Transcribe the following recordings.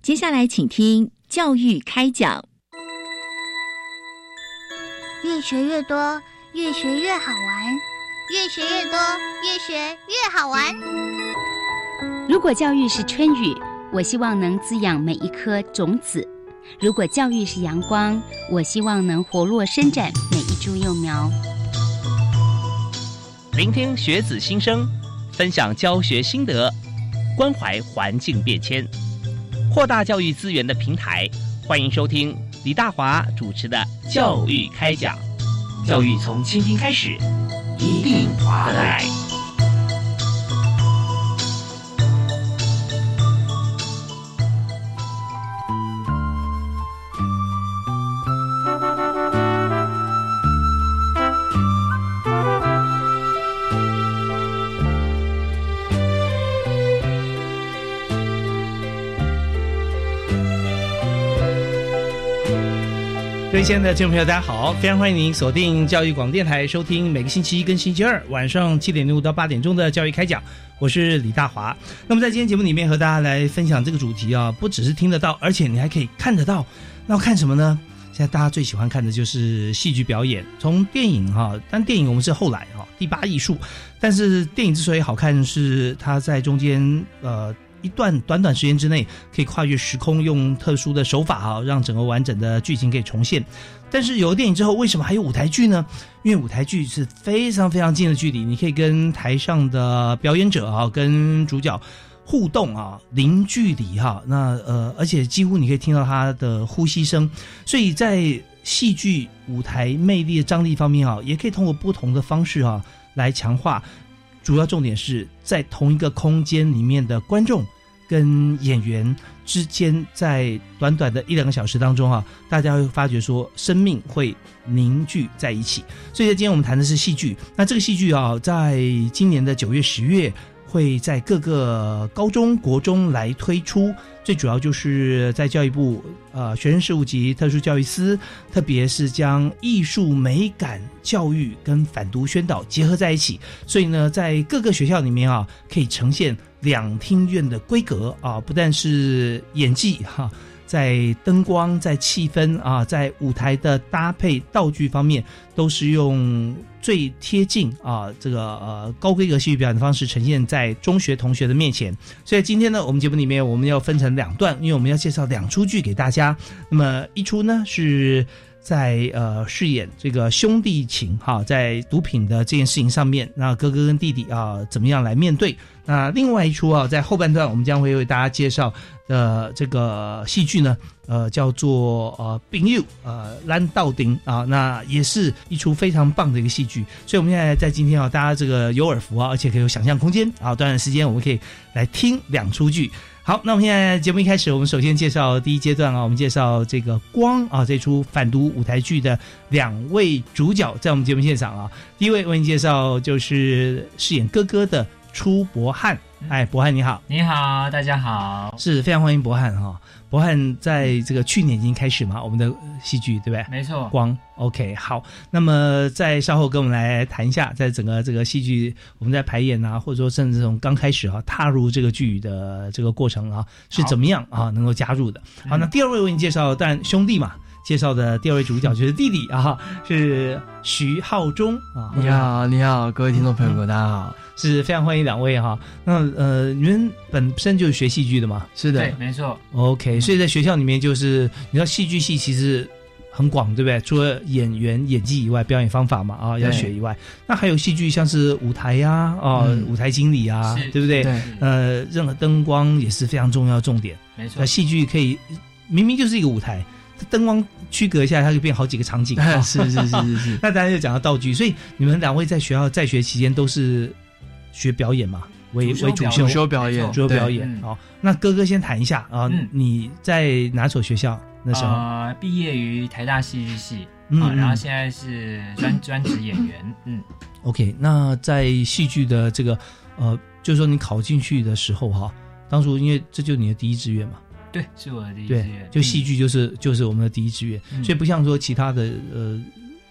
接下来请听教育开讲。 越学越多，越学越好玩，越学越多，越学越好玩。 如果教育是春雨，我希望能滋养每一颗种子；如果教育是阳光，我希望能活络伸展每一株幼苗。 聆听学子心声，分享教学心得，关怀环境变迁，扩大教育资源的平台。欢迎收听李大华主持的教育开讲。教育从倾听开始，一定划得来。 各位亲爱的听众朋友大家好，非常欢迎您锁定教育广电台，收听每个星期一跟星期二晚上7点05到8点钟的教育开讲，我是李大华。那么在今天节目里面和大家来分享这个主题啊，不只是听得到，而且你还可以看得到。那要看什么呢？现在大家最喜欢看的就是戏剧表演，从电影但电影我们是后来第八艺术，但是电影之所以好看是它在中间一段短短时间之内可以跨越时空，用特殊的手法让整个完整的剧情可以重现。但是有了电影之后，为什么还有舞台剧呢？因为舞台剧是非常非常近的距离，你可以跟台上的表演者跟主角互动零距离那而且几乎你可以听到他的呼吸声，所以在戏剧舞台魅力的张力方面也可以通过不同的方式来强化。主要重点是在同一个空间里面的观众跟演员之间，在短短的1-2个小时当中大家会发觉说生命会凝聚在一起。所以今天我们谈的是戏剧，那这个戏剧在今年的9月10月会在各个高中国中来推出，最主要就是在教育部学生事务及特殊教育司，特别是将艺术美感教育跟反毒宣导结合在一起，所以呢在各个学校里面可以呈现两厅院的规格不但是演技在灯光在气氛在舞台的搭配道具方面都是用最贴近这个高规格戏剧表演的方式呈现在中学同学的面前。所以今天呢我们节目里面我们要分成2段，因为我们要介绍2出剧给大家。那么一出呢是在饰演这个兄弟情在毒品的这件事情上面，那哥哥跟弟弟怎么样来面对。那另外一出在后半段我们将会为大家介绍的这个戏剧呢叫做朋友咱斗阵那也是一出非常棒的一个戏剧。所以我们现在在今天大家这个有耳福而且可以有想象空间短短时间我们可以来听2出剧。好，那我们现在节目一开始，我们首先介绍第一阶段我们介绍这个光这出反毒舞台剧的2位主角在我们节目现场第一位为您介绍就是饰演哥哥的初博翰。博翰你好。 你好，大家好。 是非常欢迎博翰博翰在这个去年已经开始嘛，我们的戏剧对不对？ 没错。 光 OK 好，那么在稍后跟我们来谈一下，在整个这个戏剧我们在排演或者说甚至从刚开始踏入这个剧的这个过程是怎么样能够加入的。好，那第2位为你介绍，当然兄弟嘛，介绍的第2位主角就是弟弟是徐浩中你好，你好，各位听众朋友们，大家好。 是非常欢迎2位那你们本身就是学戏剧的吗？ 是的， 对，没错。 OK， 所以在学校里面就是你知道戏剧系其实很广，对不对？除了演员演技以外，表演方法嘛要学以外，那还有戏剧像是舞台舞台经理对不对？ 对， 任何灯光也是非常重要的重点。 没错， 戏剧可以明明就是一个舞台，灯光区隔一下它就变好几个场景是那大家就讲到道具，所以你们2位在学校在学期间都是学表演嘛，为主修表演， 主修表演。那哥哥先谈一下你在哪所学校那时候？ 毕业于台大戏剧系然后现在是专职演员。 OK， 那在戏剧的这个就是说你考进去的时候当初因为这就是你的第一志愿嘛。 对，是我的第一志愿。 就戏剧就是我们的第一志愿，所以不像说其他的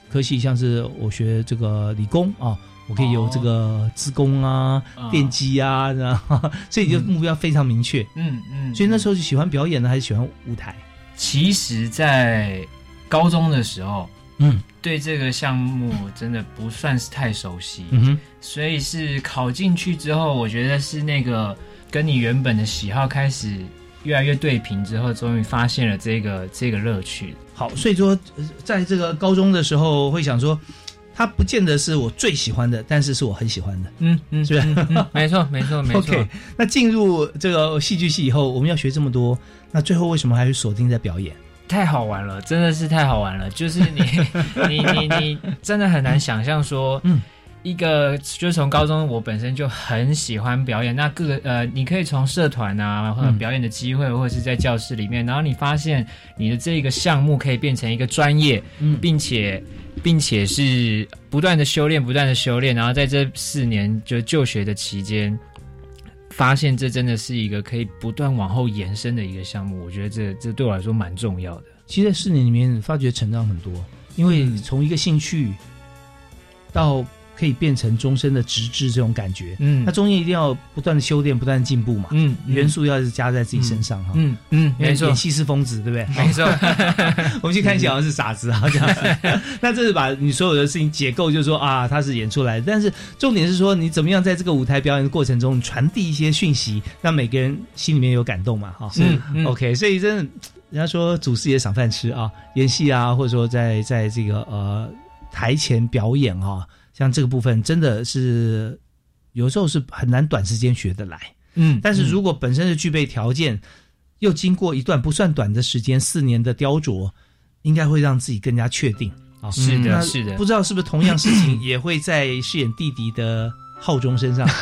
科系，像是我学这个理工啊，我可以有这个资工啊、电机啊，然后所以就目标非常明确。所以那时候就喜欢表演呢，还是喜欢舞台？ 其实，在高中的时候，对这个项目真的不算是太熟悉，所以是考进去之后，我觉得是那个跟你原本的喜好开始越来越对平之后，终于发现了这个乐趣。 好，所以说在这个高中的时候会想说，它不见得是我最喜欢的，但是是我很喜欢的，是不是？ 没错。 OK， 那进入这个戏剧系以后，我们要学这么多，那最后为什么还是锁定在表演？ 太好玩了，真的是太好玩了。就是你真的很难想象说，一个就是从高中我本身就很喜欢表演，那你可以从社团啊，或者表演的机会，或者是在教室里面，然后你发现你的这个项目可以变成一个专业，并且是不断的修炼，然后在这4年就学的期间，发现这真的是一个可以不断往后延伸的一个项目，我觉得这对我来说蛮重要的。 其实在4年里面发觉成长很多，因为从一个兴趣到可以变成终身的职志这种感觉，那中间一定要不断的修炼，不断的进步嘛，元素要是加在自己身上哈，没错，演戏是疯子，对不对？ 没错， 我们去看戏好像是傻子啊，这样，那这是把你所有的事情解构，就是说啊，他是演出来的，但是重点是说你怎么样在这个舞台表演的过程中传递一些讯息，让每个人心里面有感动嘛，哈，OK， 所以真的，人家说祖师爷赏饭吃啊，演戏啊，或者说在这个台前表演啊。像这个部分真的是有时候是很难短时间学得来，但是如果本身是具备条件，又经过一段不算短的时间，4年的雕琢，应该会让自己更加确定啊。 是的， 不知道是不是同样事情也会在饰演弟弟的浩中身上？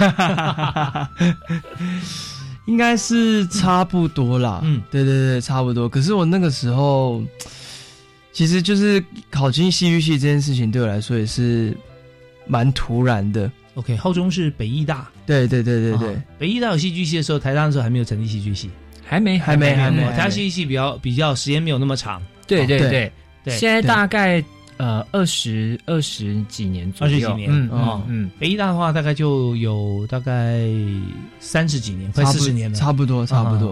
应该是差不多啦。对，差不多。可是我那个时候，其实就是考进戏剧系这件事情，对我来说也是蛮突然的。 OK， 浩中是北艺大， 对， 北艺大有戏剧系的时候，台大的时候还没有成立戏剧系， 还没。 台大戏剧系比较时间没有那么长， 对，现在大概20几年左右， 北艺大的话大概就有大概30几年，快40年了， 差不多。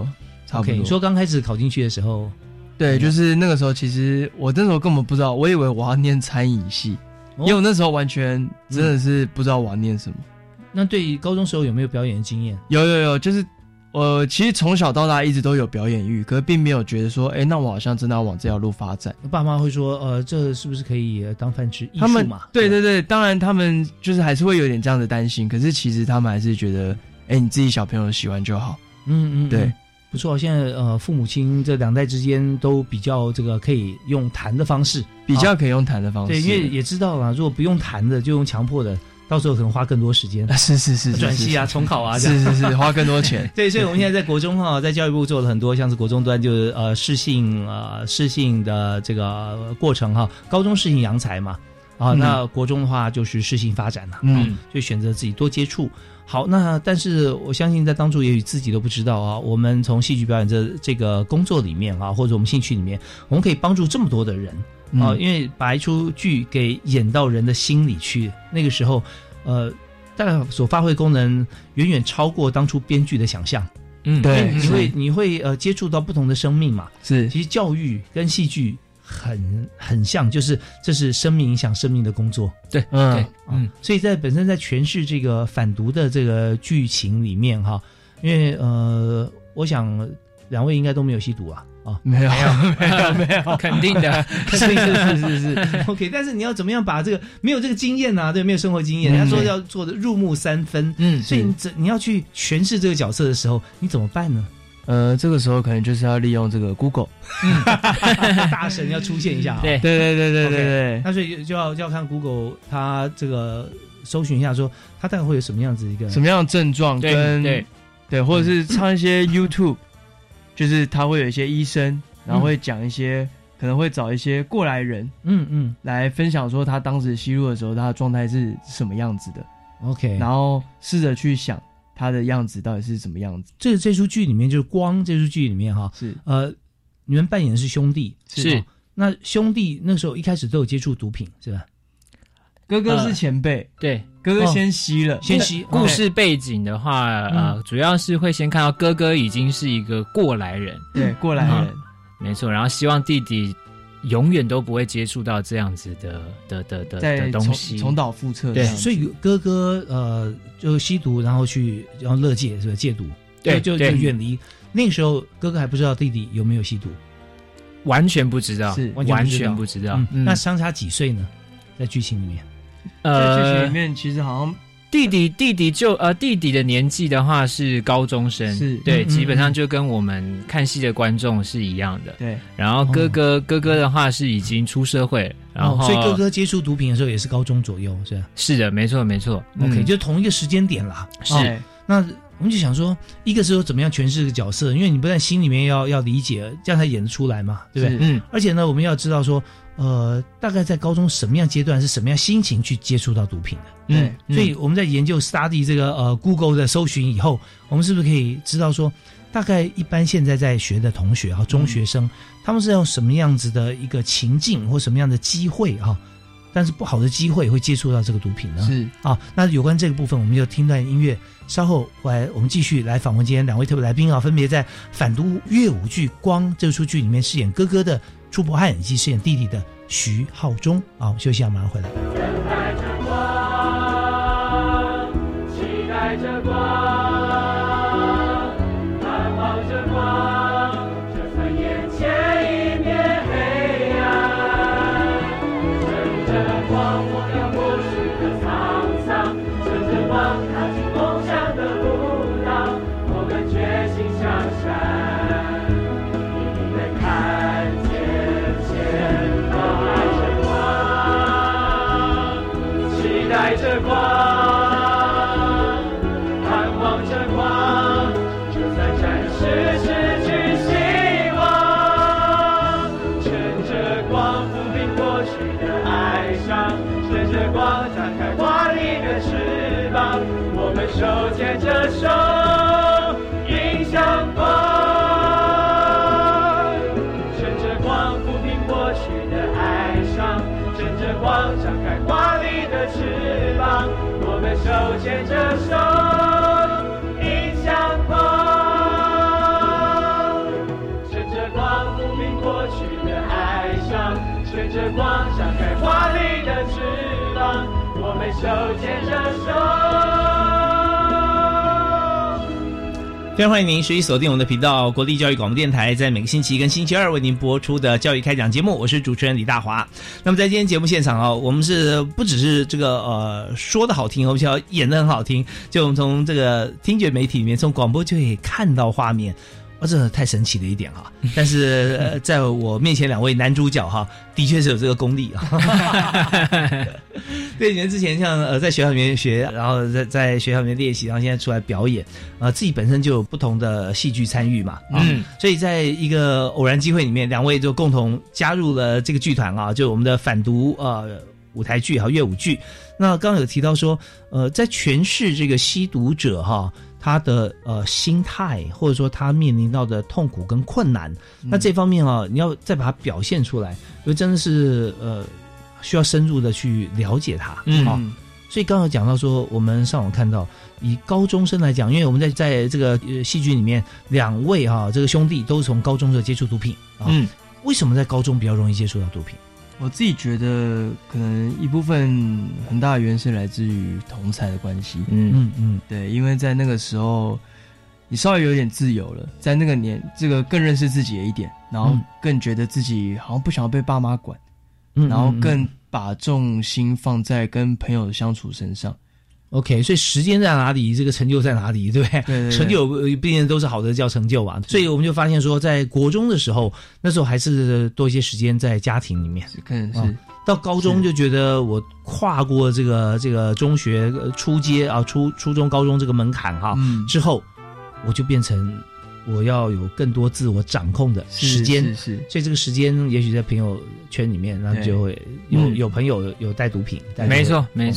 OK， 你说刚开始考进去的时候， 对，就是那个时候，其实我那时候根本不知道，我以为我要念餐饮系。因为我那时候完全真的是不知道我要念什么。 那对于高中时候有没有表演的经验？ 有，就是我其实从小到大一直都有表演欲，可是并没有觉得说，那我好像真的要往这条路发展。 爸妈会说，这是不是可以当饭吃？艺术嘛， 对，当然他们就是还是会有点这样的担心，可是其实他们还是觉得，你自己小朋友喜欢就好。对。 不错，现在父母亲这2代之间都比较这个可以用谈的方式， 比较可以用谈的方式。 对，因为也知道啦，如果不用谈的，就用强迫的，到时候可能花更多时间。 是， 转系啊，重考啊， 是，花更多钱。 对，所以我们现在在国中在教育部做了很多，像是国中端就是适性的这个过程哈，高中适性扬才嘛。那国中的话就是适性发展了，就选择自己多接触。好，那但是我相信在当初也许自己都不知道啊，我们从戏剧表演这个工作里面啊，或者我们兴趣里面，我们可以帮助这么多的人啊，因为把一出剧给演到人的心里去，那个时候大概所发挥功能远远超过当初编剧的想象。 对， 你会接触到不同的生命嘛？ 是， 其实教育跟戏剧很像，就是这是生命影响生命的工作。 对， 所以在本身在诠释这个反毒的这个剧情里面哈，因为我想2位应该都没有吸毒啊。 没有， 肯定的， 是 OK。但是你要怎么样把这个没有这个经验啊，对，没有生活经验，人家说要做的入木3分，所以你要去诠释这个角色的时候，你怎么办呢？ 这个时候可能就是要利用这个 Google， 大神要出现一下。 对。 Okay， 那所以就要看 Google 它这个搜寻一下，说它大概会有什么样子一个什么样的症状，对，或者是唱一些 YouTube， 就是他会有一些医生，然后会讲一些，可能会找一些过来人，来分享说他当时吸入的时候他的状态是什么样子的。 OK， 然后试着去想他的样子到底是什么样子。这出剧里面就是光这出剧里面哈， 是你们扮演的是兄弟， 是那兄弟那时候一开始都有接触毒品是吧？ 哥哥是前辈， 对， 哥哥先吸了， 先吸。 故事背景的话，主要是会先看到哥哥已经是一个过来人， 对，过来人， 没错。然后希望弟弟永远都不会接触到这样子的东西， 重蹈覆辙。 对，所以哥哥就吸毒，然后乐戒，是吧？戒毒， 对， 就远离。那个时候哥哥还不知道弟弟有没有吸毒， 完全不知道， 是完全不知道。 那相差几岁呢？在剧情里面， 在剧情里面其实好像弟弟的年纪的话是高中生， 是对，基本上就跟我们看戏的观众是一样的。 对， 然后哥哥的话是已经出社会，然后所以哥哥接触毒品的时候也是高中左右，是吧？ 是的，没错。 OK，就同一个时间点啦。 是， 那我们就想说，一个时候怎么样诠释这个角色？因为你不但心里面要理解，这样才演得出来嘛，对不对？而且呢，我们要知道说，大概在高中什么样阶段是什么样心情去接触到毒品的。所以我们在研究 study 这个Google 的搜寻以后，我们是不是可以知道说，大概一般现在在学的同学哈，中学生，他们是用什么样子的一个情境或什么样的机会哈？但是不好的机会会接触到这个毒品呢？ 是啊，那有关这个部分，我们就听段音乐，稍后回来我们继续来访问今天两位特别来宾啊，分别在反毒乐舞剧《光》这出剧里面饰演哥哥的朱柏汉，以及饰演弟弟的徐浩中啊。我们休息一下，马上回来。 等待着光，期待着光，盼望着光，就算眼前一片黑暗，趁着光，我要过去的沧桑，趁着光，踏进梦想的舞蹈，我们决心向善，一定能看见前方。期待着光，盼望着光，就算暂时失去希望，趁着光抚平过去的哀伤，趁着光展开华丽的翅膀，我们手牵着手，迎向光，趁着光抚平过去的哀伤，趁着光展开华丽的翅膀，我们手牵着手，迎向光，趁着光抚平过去的哀伤，趁着光展开华丽的翅膀，我们手牵着手。 非常欢迎您持续锁定我们的频道国立教育广播电台，在每个星期跟星期二为您播出的教育开讲节目，我是主持人李大华。那么在今天节目现场啊，我们是不只是这个说的好听，而且要演得很好听，就我们从这个听觉媒体里面，从广播就可以看到画面。这太神奇的一点哈！但是在我面前两位男主角哈，的确是有这个功力啊。对，你们之前像在学校里面学，然后在学校里面练习，然后现在出来表演，自己本身就有不同的戏剧参与嘛，所以在一个偶然机会里面，两位就共同加入了这个剧团啊，就我们的反毒舞台剧和乐舞剧。那刚刚有提到说，在诠释这个吸毒者哈。他的心态，或者说他面临到的痛苦跟困难，那这方面啊，你要再把它表现出来，因为真的是需要深入的去了解他所以刚刚有讲到说，我们上网看到，以高中生来讲，因为我们在这个戏剧里面，两位这个兄弟都是从高中就接触毒品为什么在高中比较容易接触到毒品？ 我自己觉得可能一部分很大的原因是来自于同侪的关系。对，因为在那个时候你稍微有点自由了，在那个这个更认识自己了一点，然后更觉得自己好像不想要被爸妈管，然后更把重心放在跟朋友的相处身上。 OK， 所以时间在哪里，这个成就在哪里，对不对？对，成就不一定都是好的叫成就吧。所以我们就发现说，在国中的时候，那时候还是多一些时间在家庭里面。 是到高中就觉得我跨过这个中学初阶啊，初中、高中这个门槛哈，之后我就变成我要有更多自我掌控的时间。 是， 所以这个时间也许在朋友圈里面，那就会有朋友有带毒品， 没错。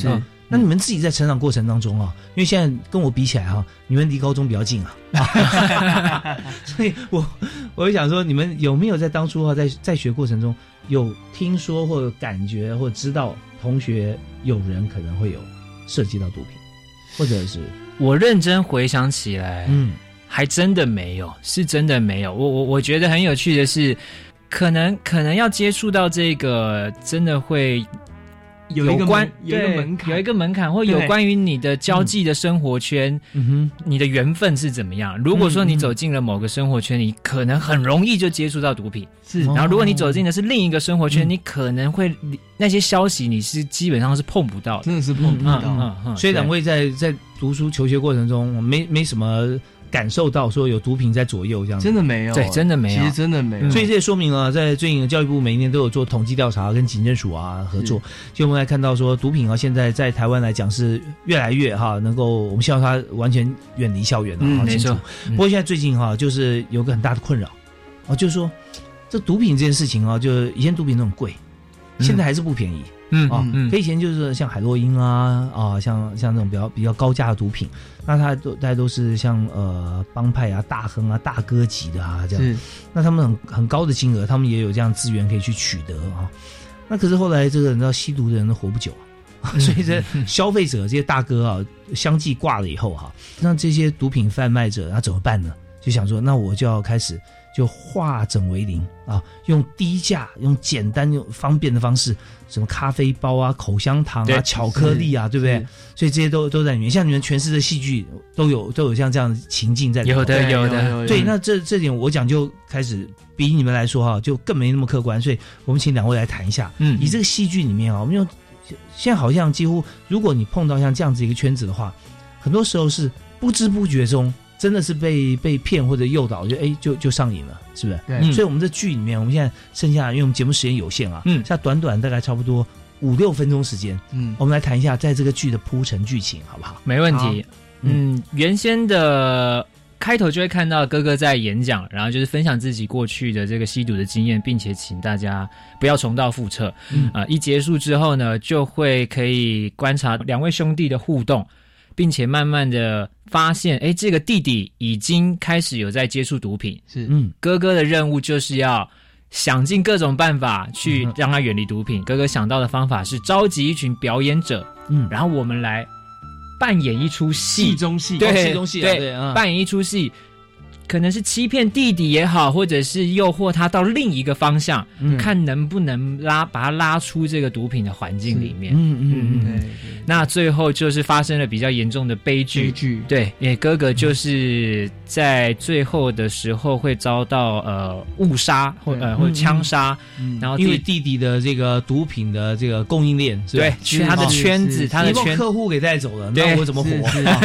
那你们自己在成长过程当中啊，因为现在跟我比起来哈，你们离高中比较近啊，所以我就想说，你们有没有在当初啊，在学过程中有听说或者感觉或者知道同学有人可能会有涉及到毒品，或者是我认真回想起来，还真的没有，是真的没有。我觉得很有趣的是，可能要接触到这个，真的会。有一个门槛，或有关于你的交际的生活圈，你的缘分是怎么样？如果说你走进了某个生活圈，你可能很容易就接触到毒品，是。然后如果你走进的是另一个生活圈，你可能会那些消息你是基本上是碰不到的， 真的是碰不到。 所以两位在读书求学过程中，没什么感受到说有毒品在左右这样子， 真的没有， 对，真的没有， 其实真的没有。 所以这也说明了，在最近教育部每一年都有做统计调查，跟警政署啊合作，就我们来看到说，毒品啊现在在台湾来讲是越来越能够，我们希望它完全远离校园了， 没错。 不过现在最近就是有个很大的困扰就是说这毒品这件事情就以前毒品那种贵，现在还是不便宜。以前就是像海洛因像那种比较高价的毒品，那大家都是像帮派啊、大亨啊、大哥级的这样，那他们很高的金额，他们也有这样资源可以去取得那可是后来这个你知道吸毒的人都活不久所以这消费者这些大哥相继挂了以后那这些毒品贩卖者那怎么办呢？就想说，那我就要开始就化整为零用低价、用简单、用方便的方式，什么咖啡包啊、口香糖啊、巧克力啊，对不对？所以这些都在里面。像你们诠释的戏剧都有像这样的情境在里面。 有的。 对，那这点我讲就开始比你们来说就更没那么客观。所以我们请两位来谈一下。以这个戏剧里面我们用现在好像几乎，如果你碰到像这样子一个圈子的话，很多时候是不知不觉中。真的是被骗或者诱导，就上瘾了，是不是？对。所以我们这剧里面，我们现在剩下，因为我们节目时间有限像短大概差不多5-6分钟时间，我们来谈一下在这个剧的铺陈剧情，好不好？ 没问题。原先的开头就会看到哥哥在演讲，然后就是分享自己过去的这个吸毒的经验，并且请大家不要重蹈覆辙。一结束之后呢，就会可以观察两位兄弟的互动。并且慢慢的发现，这个弟弟已经开始有在接触毒品。是，哥哥的任务就是要想尽各种办法去让他远离毒品。哥哥想到的方法是召集一群表演者，然后我们来扮演一出戏中戏， 对， 戏中戏， 对，扮演一出戏。可能是欺骗弟弟也好，或者是诱惑他到另一个方向，看能不能把他拉出这个毒品的环境里面。那最后就是发生了比较严重的悲剧。对，哥哥就是在最后的时候会遭到误杀或者枪杀，然后因为弟弟的这个毒品的这个供应链， 对，去他的圈子，他的客户给带走了，那我怎么活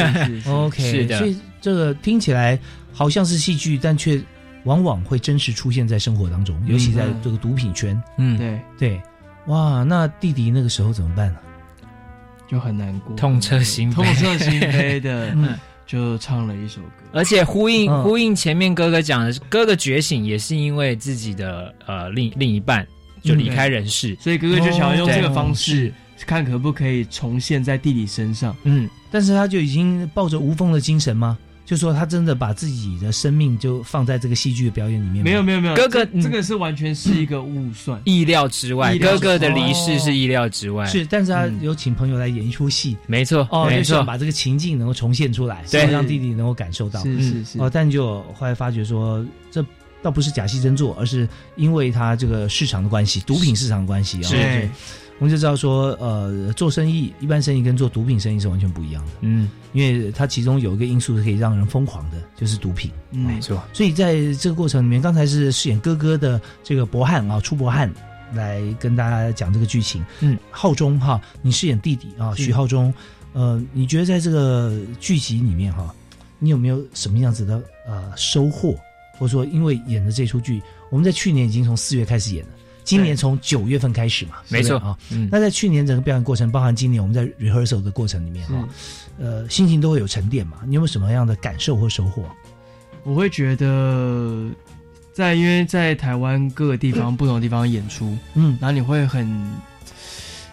？OK， 是的，所以这个听起来。好像是戏剧，但却往往会真实出现在生活当中，尤其在这个毒品圈。对，哇，那弟弟那个时候怎么办呢？ 就很难过， 痛彻心扉的，就唱了一首歌， 而且呼应前面哥哥讲的，哥哥觉醒也是因为自己的另一半就离开人世， 所以哥哥就想要用这个方式。看可不可以重现在弟弟身上。 但是他就已经抱着无风的精神吗？就说他真的把自己的生命就放在这个戏剧的表演里面吗？ 没有， 哥哥这个是完全是一个误算， 意料之外。哥哥的离世是意料之外， 是，但是他有请朋友来演一出戏， 没错， 就想把这个情境能够重现出来，对，让弟弟能够感受到， 是。 但就后来发觉说，这倒不是假戏真做，而是因为他这个市场的关系，毒品市场的关系， 是。 我们就知道说，做生意，一般生意跟做毒品生意是完全不一样的。因为它其中有一个因素是可以让人疯狂的，就是毒品。 没错。 所以在这个过程里面，刚才是饰演哥哥的这个博翰初博翰来跟大家讲这个剧情。浩中你饰演弟弟许浩中。你觉得在这个剧集里面你有没有什么样子的收获？或者说，因为演的这出剧，我们在去年已经从4月开始演了。今年从9月份开始嘛， 没错那在去年整个表演过程，包含今年我们在 rehearsal 的过程里面心情都会有沉淀嘛。你有没有什么样的感受或收获？ 我会觉得，因为在台湾各个地方不同的地方演出，然后你会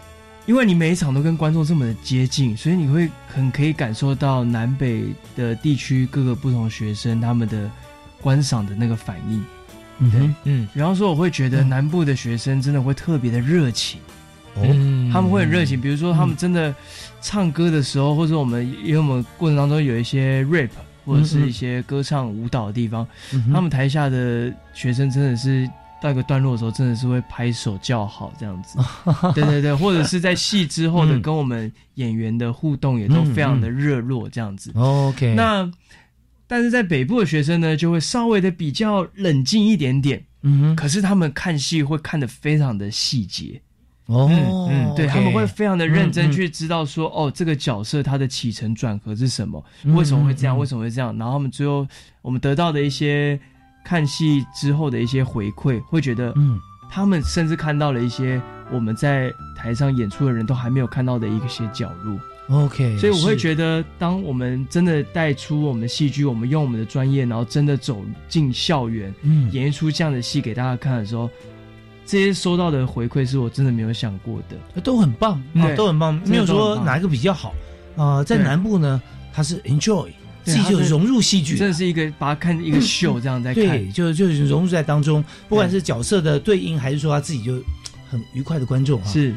因为你每一场都跟观众这么的接近，所以你会很可以感受到南北的地区各个不同的学生他们的观赏的那个反应。比方说我会觉得南部的学生真的会特别的热情，他们会很热情，比如说他们真的唱歌的时候，或者我们过程当中有一些 rap 或者是一些歌唱舞蹈的地方，他们台下的学生真的是到一个段落的时候，真的是会拍手叫好这样子。对对对，或者是在戏之后的跟我们演员的互动也都非常的热络这样子。 OK， 但是在北部的学生呢，就会稍微的比较冷静一点点。可是他们看戏会看得非常的细节。对，他们会非常的认真去知道说，这个角色他的起承转合是什么，为什么会这样，为什么会这样，然后他们最后我们得到的一些看戏之后的一些回馈，会觉得他们甚至看到了一些我们在台上演出的人都还没有看到的一些角落。 OK， 所以我会觉得当我们真的带出我们的戏剧，我们用我们的专业，然后真的走进校园，演绎出这样的戏给大家看的时候，这些收到的回馈是我真的没有想过的， 都很棒，都很棒，没有说哪一个比较好在南部呢，它是 enjoy， 自己就融入戏剧， 真的是一个把它看一个秀这样在看， 对，就融入在当中，不管是角色的对应，还是说他自己就很愉快的观众是。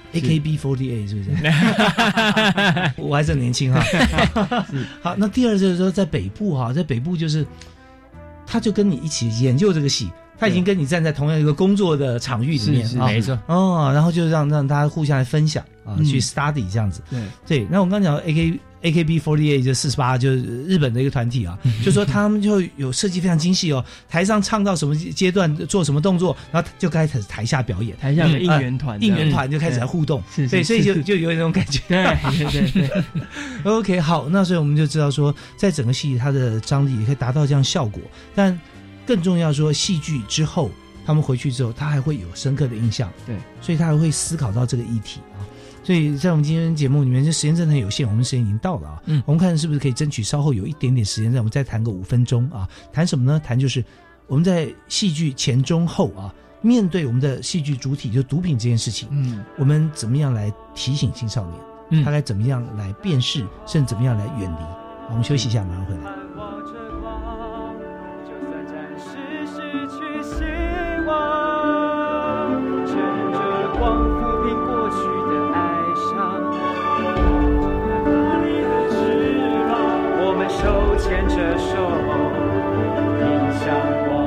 AKB48 是不是？我还是很年轻哈。好，那第二就是说，在北部哈，在北部就是他就跟你一起研究这个戏，他已经跟你站在同样一个工作的场域里面， 是没错然后就让大家互相来分享去 study 这样子。对，那我刚刚讲AKB48 就48，就是日本的一个团体就说他们就有设计非常精细台上唱到什么阶段做什么动作，然后就开始台下表演， 台下的应援团就开始来互动，对，所以就有那种感觉。 对。 OK， 好，那所以我们就知道说，在整个戏它的张力也可以达到这样效果，但更重要说，戏剧之后他们回去之后，他还会有深刻的印象， 对， 所以他还会思考到这个议题所以在我们今天节目里面，这时间真的很有限，我们时间已经到了我们看是不是可以争取稍后有一点点时间，让我们再谈个5分钟谈什么呢？谈就是我们在戏剧前中后面对我们的戏剧主体就毒品这件事情，我们怎么样来提醒青少年，他该怎么样来辨识，甚至怎么样来远离。我们休息一下，马上回来。 牵着手，迎向光。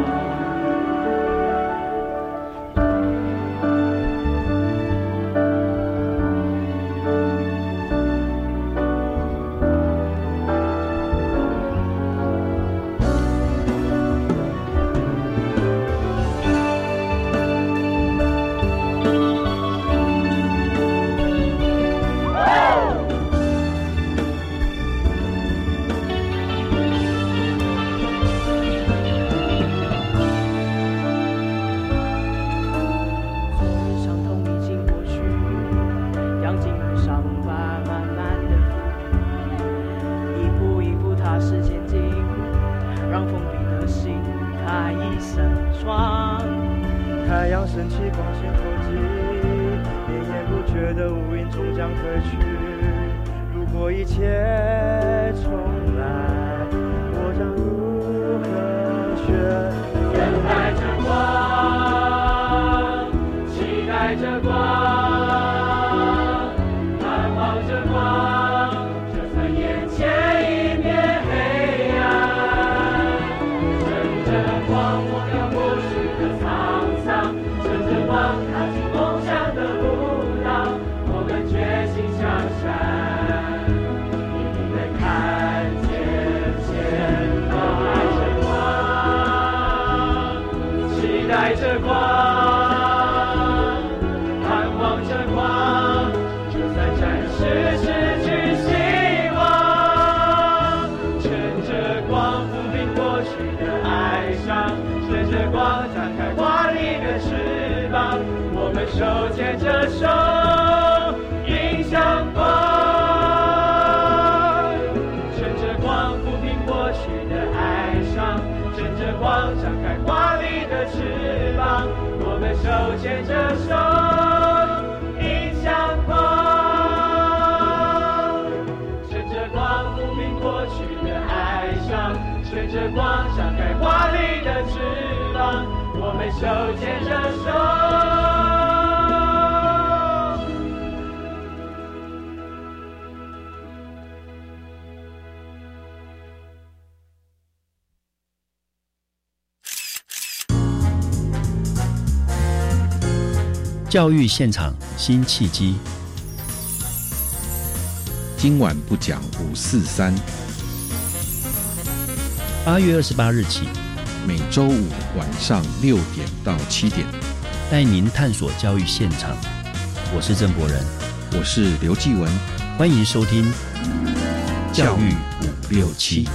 手牵着手，迎向光，趁着光抚平过去的哀伤，趁着光张开华丽的翅膀，我们手牵着手，迎向翅膀，我们手牵着手。 教育现场新契机。 今晚不讲543。 8月28日起， 每周五晚上6点到7点， 带您探索教育现场。我是郑博仁， 我是刘继文， 欢迎收听教育567。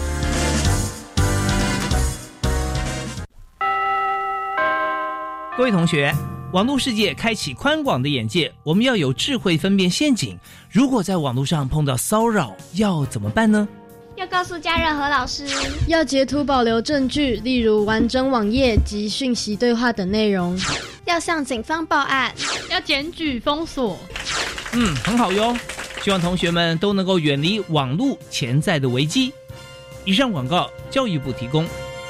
各位同学，网络世界开启宽广的眼界，我们要有智慧分辨陷阱。如果在网络上碰到骚扰，要怎么办呢？ 要告诉家人和老师， 要截图保留证据，例如完整网页及讯息对话等内容， 要向警方报案， 要检举封锁。 很好哟，希望同学们都能够远离网络潜在的危机。以上广告，教育部提供。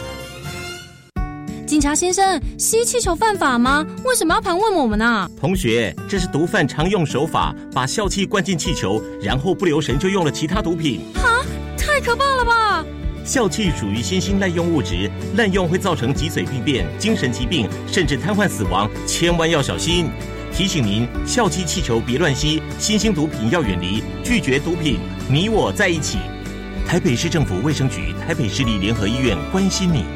警察先生，吸气球犯法吗？为什么要盘问我们啊？ 同学，这是毒贩常用手法，把笑气灌进气球，然后不留神就用了其他毒品。 哈，太可怕了吧！ 笑气属于新兴滥用物质，滥用会造成脊髓病变、精神疾病，甚至瘫痪死亡，千万要小心。提醒您，笑气气球别乱吸，新兴毒品要远离，拒绝毒品，你我在一起。台北市政府卫生局、台北市立联合医院关心您。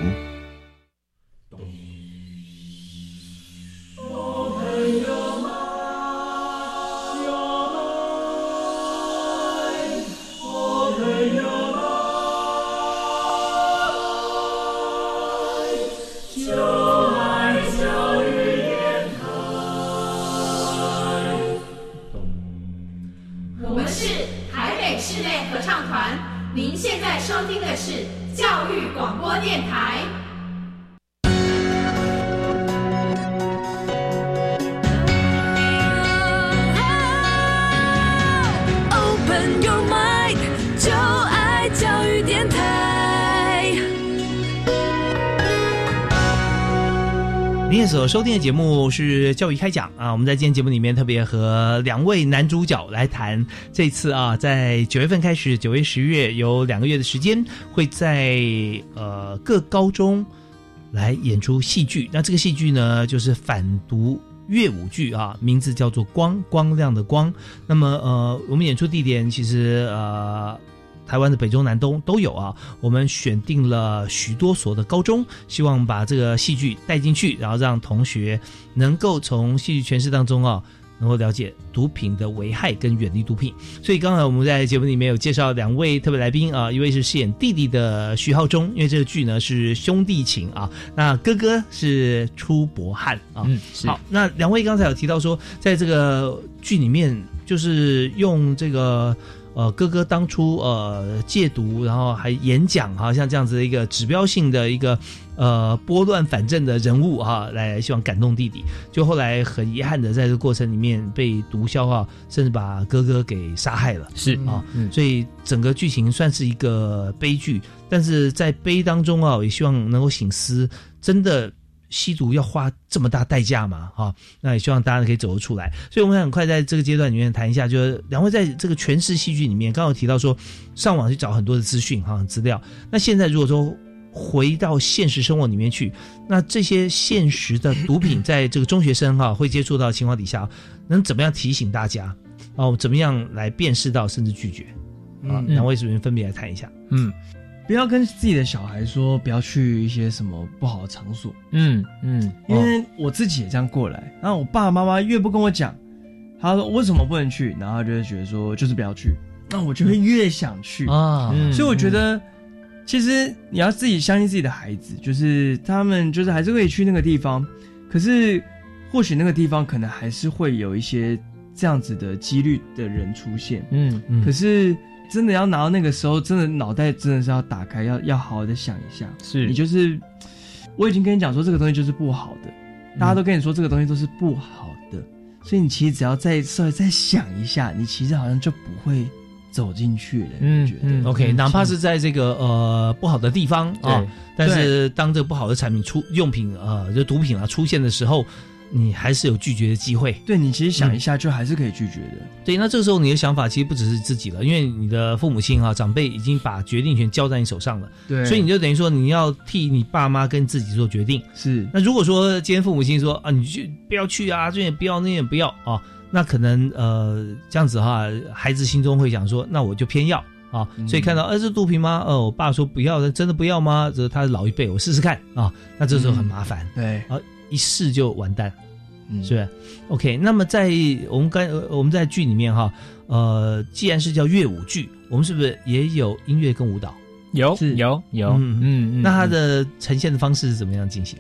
您现在收听的是教育广播电台。Open your mind， 就爱教育电台。 您所收听的节目是教育开讲啊，我们在今天节目里面特别和两位男主角来谈这次啊，在9月份开始，9月、10月有2个月的时间，会在各高中来演出戏剧。那这个戏剧呢，就是反毒乐舞剧啊，名字叫做光亮的光。那么我们演出地点其实台湾的北中南东都有啊，我们选定了许多所的高中，希望把这个戏剧带进去，然后让同学能够从戏剧诠释当中啊，能够了解毒品的危害跟远离毒品。所以刚才我们在节目里面有介绍2位特别来宾啊，一位是饰演弟弟的徐浩中，因为这个剧呢是兄弟情啊，那哥哥是初博翰啊。好，那2位刚才有提到说，在这个剧里面就是用这个哥哥当初戒毒，然后还演讲哈，像这样子的一个指标性的一个拨乱反正的人物哈，来希望感动弟弟。就后来很遗憾的在这个过程里面被毒枭啊，甚至把哥哥给杀害了。是啊，所以整个剧情算是一个悲剧，但是在悲当中啊，也希望能够省思，真的吸毒要花这么大代价嘛？哈，那也希望大家可以走得出来。所以我们很快在这个阶段里面谈一下，就是2位在这个诠释戏剧里面，刚刚有提到说上网去找很多的资讯哈资料。那现在如果说回到现实生活里面去，那这些现实的毒品在这个中学生哈会接触到的情况底下，能怎么样提醒大家？怎么样来辨识到甚至拒绝？2位是不是分别来谈一下？ 不要跟自己的小孩说不要去一些什么不好的场所。因为我自己也这样过来，然后我爸爸妈妈越不跟我讲，他说为什么不能去，然后他就会觉得说就是不要去，那我就会越想去啊。所以我觉得其实你要自己相信自己的孩子，就是他们就是还是可以去那个地方，可是或许那个地方可能还是会有一些这样子的几率的人出现。可是真的要拿到那个时候，真的脑袋真的是要打开，要好好的想一下。是你就是我已经跟你讲说这个东西就是不好的，大家都跟你说这个东西都是不好的，所以你其实只要稍微再想一下，你其实好像就不会走进去的，觉得 OK， 哪怕是在这个不好的地方啊，但是当这个不好的产品用品就毒品出现的时候，你还是有拒绝的机会。 对，你其实想一下就还是可以拒绝的。 对，那这个时候你的想法其实不只是自己了，因为你的父母亲长辈已经把决定权交在你手上了。 对， 所以你就等于说你要替你爸妈跟自己做决定。 是。那如果说今天父母亲说你就不要去啊，这也不要那也不要啊，那可能这样子孩子心中会想说，那我就偏要啊。所以看到是毒品吗？我爸说不要，真的不要吗？这他是老一辈，我试试看啊。那这时候很麻烦。 对， 一试就完蛋。是不是 ？OK， 那么在我们在剧里面既然是叫乐舞剧，我们是不是也有音乐跟舞蹈？ 有。 那它的呈现的方式是怎么样进行？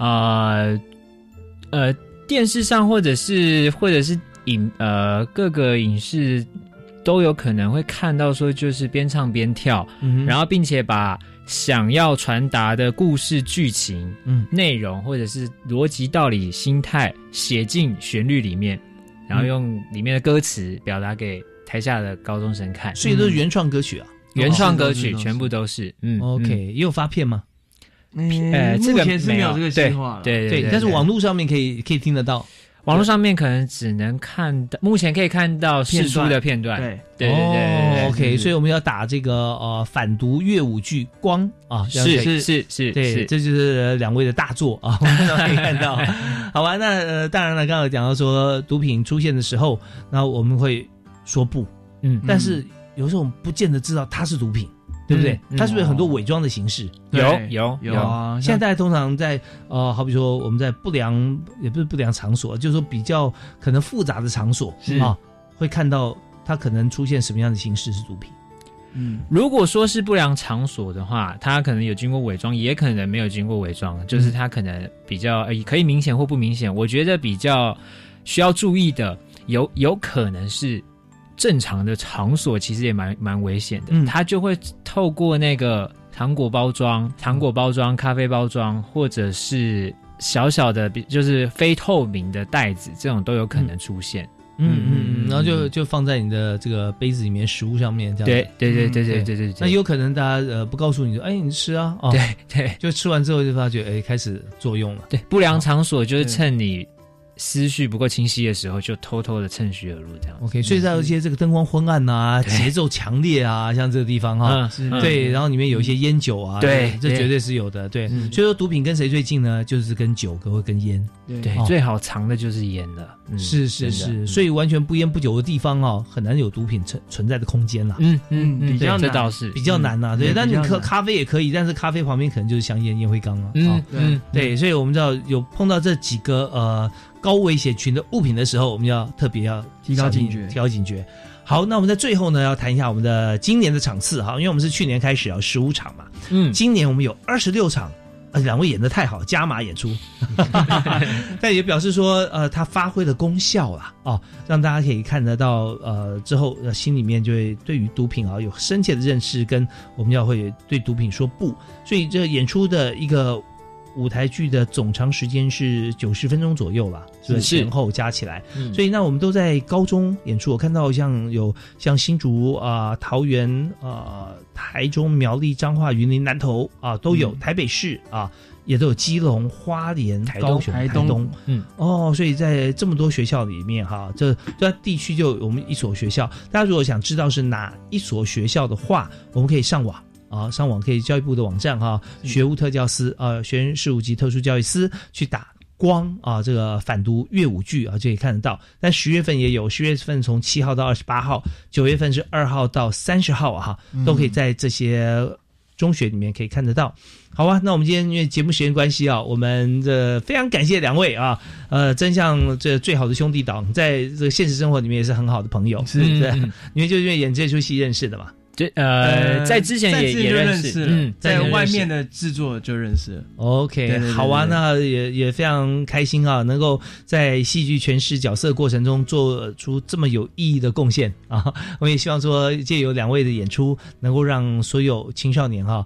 电视上或者是各个影视都有可能会看到说，就是边唱边跳，然后并且把想要传达的故事剧情、内容或者是逻辑道理、心态写进旋律里面，然后用里面的歌词表达给台下的高中生看。 所以都是原创歌曲啊， 原创歌曲全部都是。 OK，也有发片吗？ 这个目前是没有这个计划了。 对，但是网络上面可以听得到。 网络上面可能只能看到，目前可以看到释出的片段。对。 OK， 所以我们要打这个反毒乐舞剧光啊， 是， 对，这就是两位的大作啊，我们可以看到。好吧，那当然了，刚才讲到说毒品出现的时候，那我们会说不，但是有时候我们不见得知道它是毒品。对不对？它是不是有很多伪装的形式？ 有啊！现在大家通常在好比说我们在也不是不良场所，就是说比较可能复杂的场所会看到它可能出现什么样的形式是毒品。 如果说是不良场所的话，它可能有经过伪装，也可能没有经过伪装，就是它可能比较可以明显或不明显。我觉得比较需要注意的，有可能是。正常的场所其实也蛮危险的，它就会透过那个糖果包装、咖啡包装，或者是小小的就是非透明的袋子，这种都有可能出现。 然后就放在你的这个杯子里面、食物上面这样子。 对。 那有可能大家不告诉你说，你吃啊， 对， 就吃完之后就发觉开始作用了。 对，不良场所就是趁你思绪不够清晰的时候，就偷偷的趁虚而入这样。 OK， 所以在有一些这个灯光昏暗啊、节奏强烈啊，像这个地方对，然后里面有一些烟酒啊， 对， 这绝对是有的。对，所以说毒品跟谁最近呢？就是跟酒或跟烟。 对，最好藏的就是烟了。 是，所以完全不烟不酒的地方很难有毒品存在的空间啦。 比较难，这倒是比较难呐。对，但你喝咖啡也可以，但是咖啡旁边可能就是香烟、烟灰缸啊。对，所以我们知道有碰到这几个高危险群的物品的时候，我们要特别要提高警觉。 好，那我们在最后呢，要谈一下我们的今年的场次因为我们是去年开始15场嘛，今年我们有26场，两位演得太好，加码演出，但也表示说他发挥了功效啦让大家可以看得到之后心里面就会对于毒品有深切的认识，跟我们要会对毒品说不，所以这演出的一个舞台剧的总长时间是90分钟左右啦，是前后加起来。所以那我们都在高中演出，我看到像新竹桃园台中、苗栗、彰化、云林、南投都有，台北市也都有，基隆、花莲、高雄、台东。所以在这么多学校里面这地区就有我们一所学校。大家如果想知道是哪一所学校的话，我们可以上网。上网可以教育部的网站学务特教司学生事务及特殊教育司去打光这个反毒乐舞剧就可以看得到。但10月份也有，10月份从7号到28号，9月份是2号到30号都可以在这些中学里面可以看得到。好啊，那我们今天因为节目时间关系我们非常感谢两位真像这最好的兄弟党，在这个现实生活里面也是很好的朋友，是因为就是因为演这出戏认识的嘛。 在之前也认识了， 在外面的制作就认识了。 OK， 好啊，那也非常开心能够在戏剧诠释角色过程中做出这么有意义的贡献我也希望说借由两位的演出，能够让所有青少年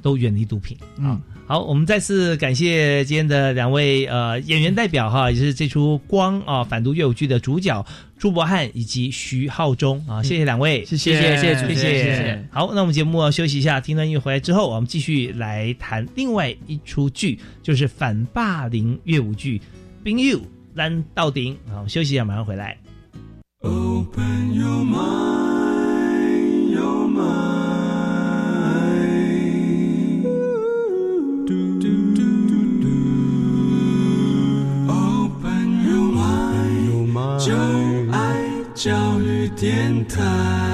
都远离毒品。好，我们再次感谢今天的两位演员代表哈，也是这出《光》反毒乐舞剧的主角朱柏翰以及徐浩中啊，谢谢两位， 谢谢主持人，谢谢。 好，那我们节目要休息一下，听段音乐回来之后，我们继续来谈另外一出剧，就是反霸凌乐舞剧《朋友咱到顶》。好，休息一下，马上回来。 Open your mind, your mind. Open your mind, 就爱教育电台。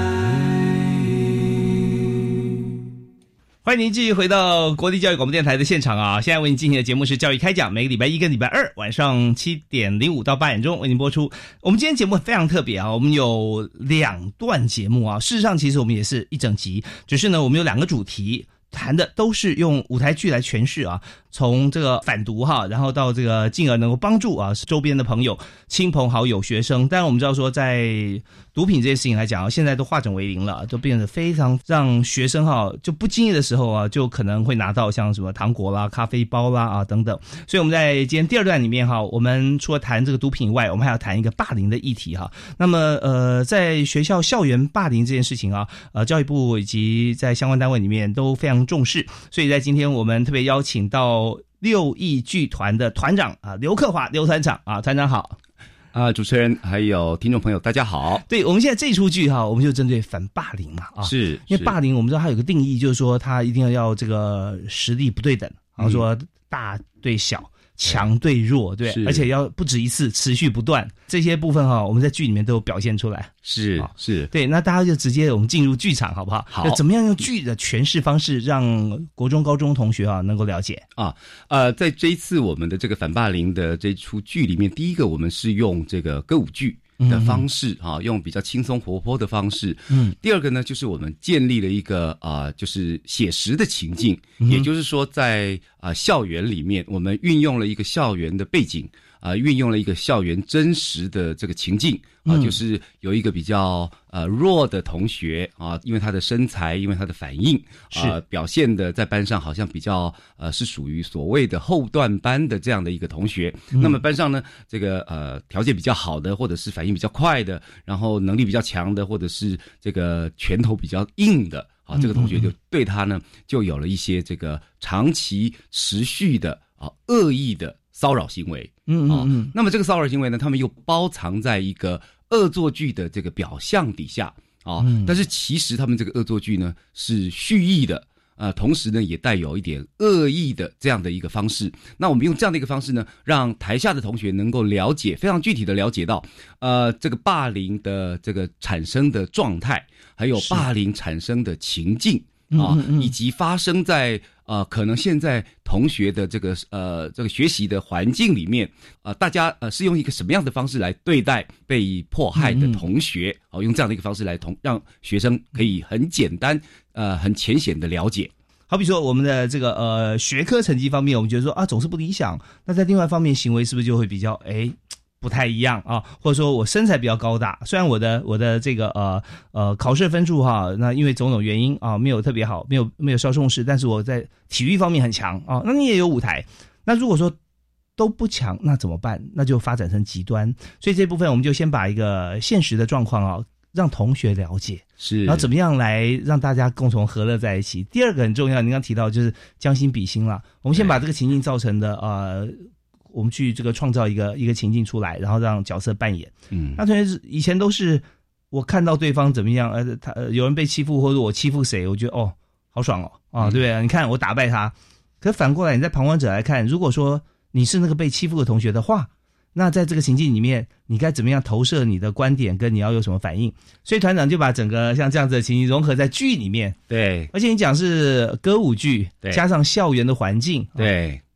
欢迎您继续回到国立教育广播电台的现场啊！现在为您进行的节目是教育开讲，每个礼拜一跟礼拜二晚上7:05到8点钟为您播出。我们今天节目非常特别啊，我们有2段节目啊。事实上，其实我们也是一整集，只是呢，我们有2个主题，谈的都是用舞台剧来诠释啊。从这个反毒哈，然后到这个进而能够帮助啊周边的朋友、亲朋好友、学生。当然我们知道说，在毒品这件事情来讲啊，现在都化整为零了，都变得非常让学生哈就不经意的时候啊，就可能会拿到像什么糖果啦、咖啡包啦啊等等。所以我们在今天第2段里面哈，我们除了谈这个毒品以外，我们还要谈一个霸凌的议题哈。那么在学校校园霸凌这件事情啊，教育部以及在相关单位里面都非常重视，所以在今天我们特别邀请到六艺剧团的团长啊，刘克华刘团长啊，团长好。 主持人还有听众朋友大家好。 对，我们现在这出剧哈，我们就针对反霸凌嘛啊， 是因为霸凌我们知道它有个定义，就是说它一定要这个实力不对等，然后说大对小。强对弱，对，而且要不止一次，持续不断，这些部分哈，我们在剧里面都有表现出来。 是， 对，那大家就直接我们进入剧场好不好？ 好， 就怎么样用剧的诠释方式，让国中、高中同学啊能够了解啊？在这一次我们的这个反霸凌的这出剧里面，第一个我们是用这个歌舞剧的方式用比较轻松活泼的方式。第二个呢，就是我们建立了一个就是写实的情境，也就是说在校园里面，我们运用了一个校园的背景。运用了一个校园真实的这个情境就是有一个比较弱的同学因为他的身材，因为他的反应表现的在班上好像比较是属于所谓的后段班的这样的一个同学。那么班上呢，这个条件比较好的，或者是反应比较快的，然后能力比较强的，或者是这个拳头比较硬的这个同学就对他呢就有了一些这个长期持续的恶意的骚扰行为。那么这个骚扰行为呢，他们又包藏在一个恶作剧的这个表象底下但是其实他们这个恶作剧呢是蓄意的同时呢也带有一点恶意的这样的一个方式。那我们用这样的一个方式呢，让台下的同学能够了解，非常具体的了解到这个霸凌的这个产生的状态，还有霸凌产生的情境以及发生在可能现在同学的这个学习的环境里面大家是用一个什么样的方式来对待被迫害的同学用这样的一个方式来让学生可以很简单很浅显的了解。 好比说我们的这个学科成绩方面，我们觉得说总是不理想，那在另外一方面行为是不是就会比较不太一样或者说我身材比较高大，虽然我的这个考试分数那因为种种原因没有特别好，没有受重视，但是我在体育方面很强那你也有舞台。那如果说都不强，那怎么办？那就发展成极端。所以这部分我们就先把一个现实的状况让同学了解， 是， 然后怎么样来让大家共同和乐在一起。第二个很重要，您刚提到就是将心比心啦，我们先把这个情境造成的我们去这个创造一个情境出来，然后让角色扮演。那同学以前都是我看到对方怎么样，他有人被欺负或者我欺负谁，我觉得好爽对不对？你看我打败他。可反过来你在旁观者来看，如果说你是那个被欺负的同学的话，那在这个情境里面，你该怎么样投射你的观点，跟你要有什么反应？所以团长就把整个像这样子的情境融合在剧里面。 对， 而且你讲是歌舞剧，加上校园的环境。 对。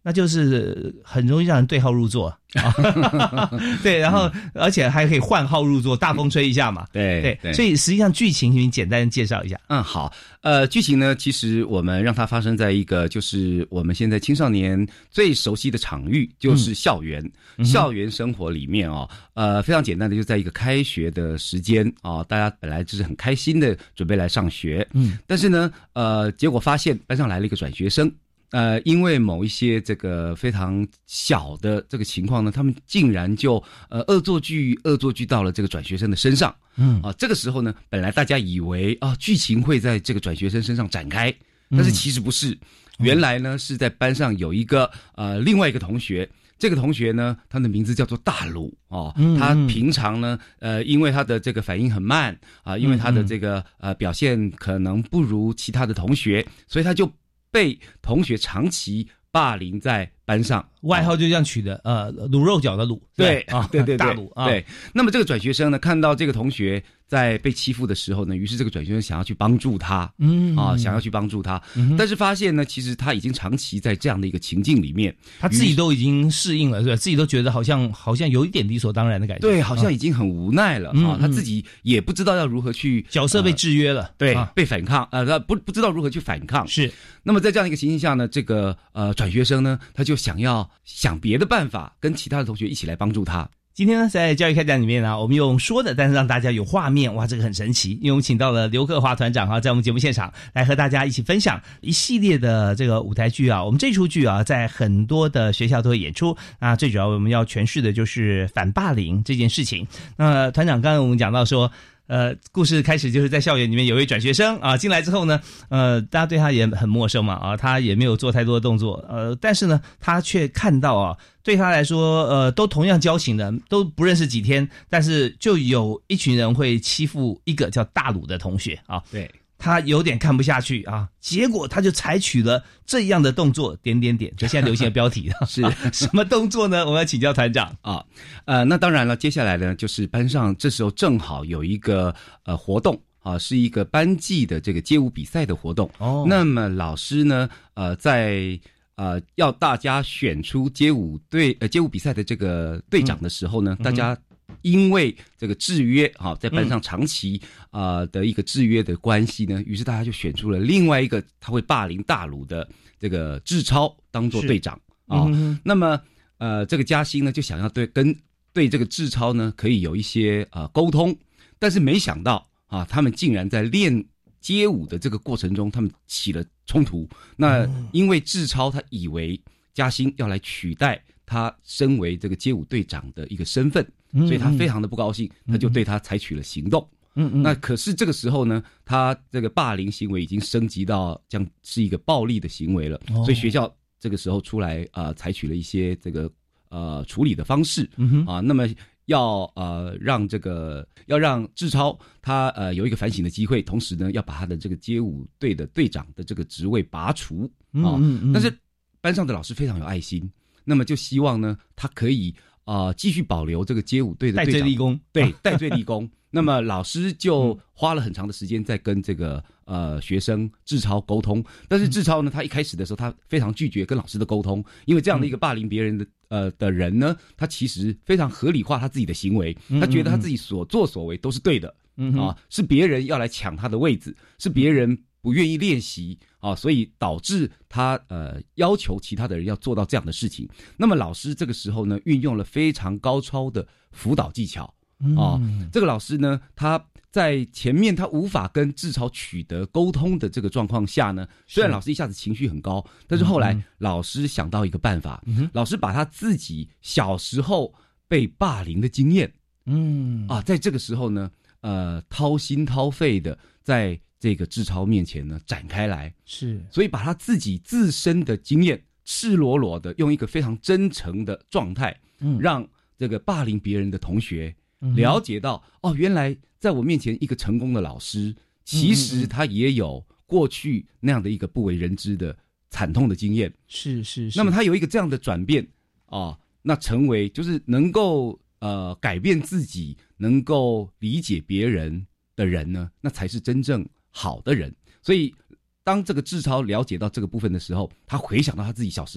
那就是很容易让人对号入座对，然后而且还可以换号入座，大风吹一下嘛。 对， 所以实际上剧情你简单介绍一下。 好，剧情呢，其实我们让它发生在一个就是我们现在青少年最熟悉的场域，就是校园，校园生活里面非常简单的，就在一个开学的时间大家本来就是很开心的准备来上学，但是呢，结果发现班上来了一个转学生。因为某一些这个非常小的这个情况呢，他们竟然就恶作剧到了这个转学生的身上。这个时候呢，本来大家以为剧情会在这个转学生身上展开，但是其实不是。原来呢是在班上有一个另外一个同学。这个同学呢，他的名字叫做大鲁他平常呢，因为他的这个反应很慢因为他的这个表现可能不如其他的同学，所以他就被同学长期霸凌在班上， 外号就这样取的，卤肉脚的卤， 对， 大卤对。那么这个转学生呢，看到这个同学在被欺负的时候呢，于是这个转学生想要去帮助他，想要去帮助他，但是发现呢，其实他已经长期在这样的一个情境里面， 他自己都已经适应了，是吧？自己都觉得好像有一点理所当然的感觉， 对，好像已经很无奈了他自己也不知道要如何去角色被制约了， 对，被反抗，他不知道如何去反抗， 是。 那么在这样一个情形下呢，这个转学生呢，他就想别的办法，跟其他的同学一起来帮助他。 今天呢，在教育开讲里面呢，我们用说的，但是让大家有画面，哇，这个很神奇。因为我们请到了刘克华团长在我们节目现场来和大家一起分享一系列的这个舞台剧我们这出剧在很多的学校都会演出。那最主要我们要诠释的就是反霸凌这件事情。那团长刚刚我们讲到说，故事开始就是在校园里面有一位转学生进来之后呢，大家对他也很陌生嘛他也没有做太多的动作，但是呢，他却看到对他来说都同样交情的，都不认识几天，但是就有一群人会欺负一个叫大鲁的同学对。 他有点看不下去结果他就采取了这样的动作，点，就现在流行的标题是什么动作呢？我们要请教团长那当然了，接下来呢，就是班上这时候正好有一个活动是一个班级的这个街舞比赛的活动那么老师呢在要大家选出街舞比赛的这个队长的时候呢，大家因为这个制约在班上长期的一个制约的关系呢，于是大家就选出了另外一个他会霸凌大鲁的这个志超当做队长那么这个嘉欣呢就想要对这个志超呢可以有一些沟通，但是没想到他们竟然在练街舞的这个过程中，他们起了冲突。那因为志超他以为嘉欣要来取代他身为这个街舞队长的一个身份，所以他非常的不高兴，他就对他采取了行动。那可是这个时候呢，他这个霸凌行为已经升级到将是一个暴力的行为了，所以学校这个时候出来采取了一些这个处理的方式那么要让志超他有一个反省的机会，同时呢要把他的这个街舞队的队长的这个职位拔除但是班上的老师非常有爱心，那么就希望呢他可以继续保留这个街舞队的队长， 戴罪立功， 对，戴罪立功。那么老师就花了很长的时间在跟这个学生志超沟通，但是志超呢，他一开始的时候他非常拒绝跟老师的沟通，因为这样的一个霸凌别人的人呢，他其实非常合理化他自己的行为，他觉得他自己所作所为都是对的是别人要来抢他的位置，是别人不愿意练习所以导致他要求其他的人要做到这样的事情。那么老师这个时候呢，运用了非常高超的辅导技巧这个老师呢，他在前面他无法跟志超取得沟通的这个状况下呢，虽然老师一下子情绪很高，但是后来老师想到一个办法，老师把他自己小时候被霸凌的经验在这个时候呢掏心掏肺的在这个志超面前呢展开来， 是， 所以把他自己自身的经验赤裸裸的用一个非常真诚的状态让这个霸凌别人的同学了解到原来在我面前一个成功的老师，其实他也有过去那样的一个不为人知的惨痛的经验， 是。 那么他有一个这样的转变那成为就是能够改变自己，能够理解别人的人呢，那才是真正好的人。所以当这个志超了解到这个部分的时候，他回想到他自己小时候，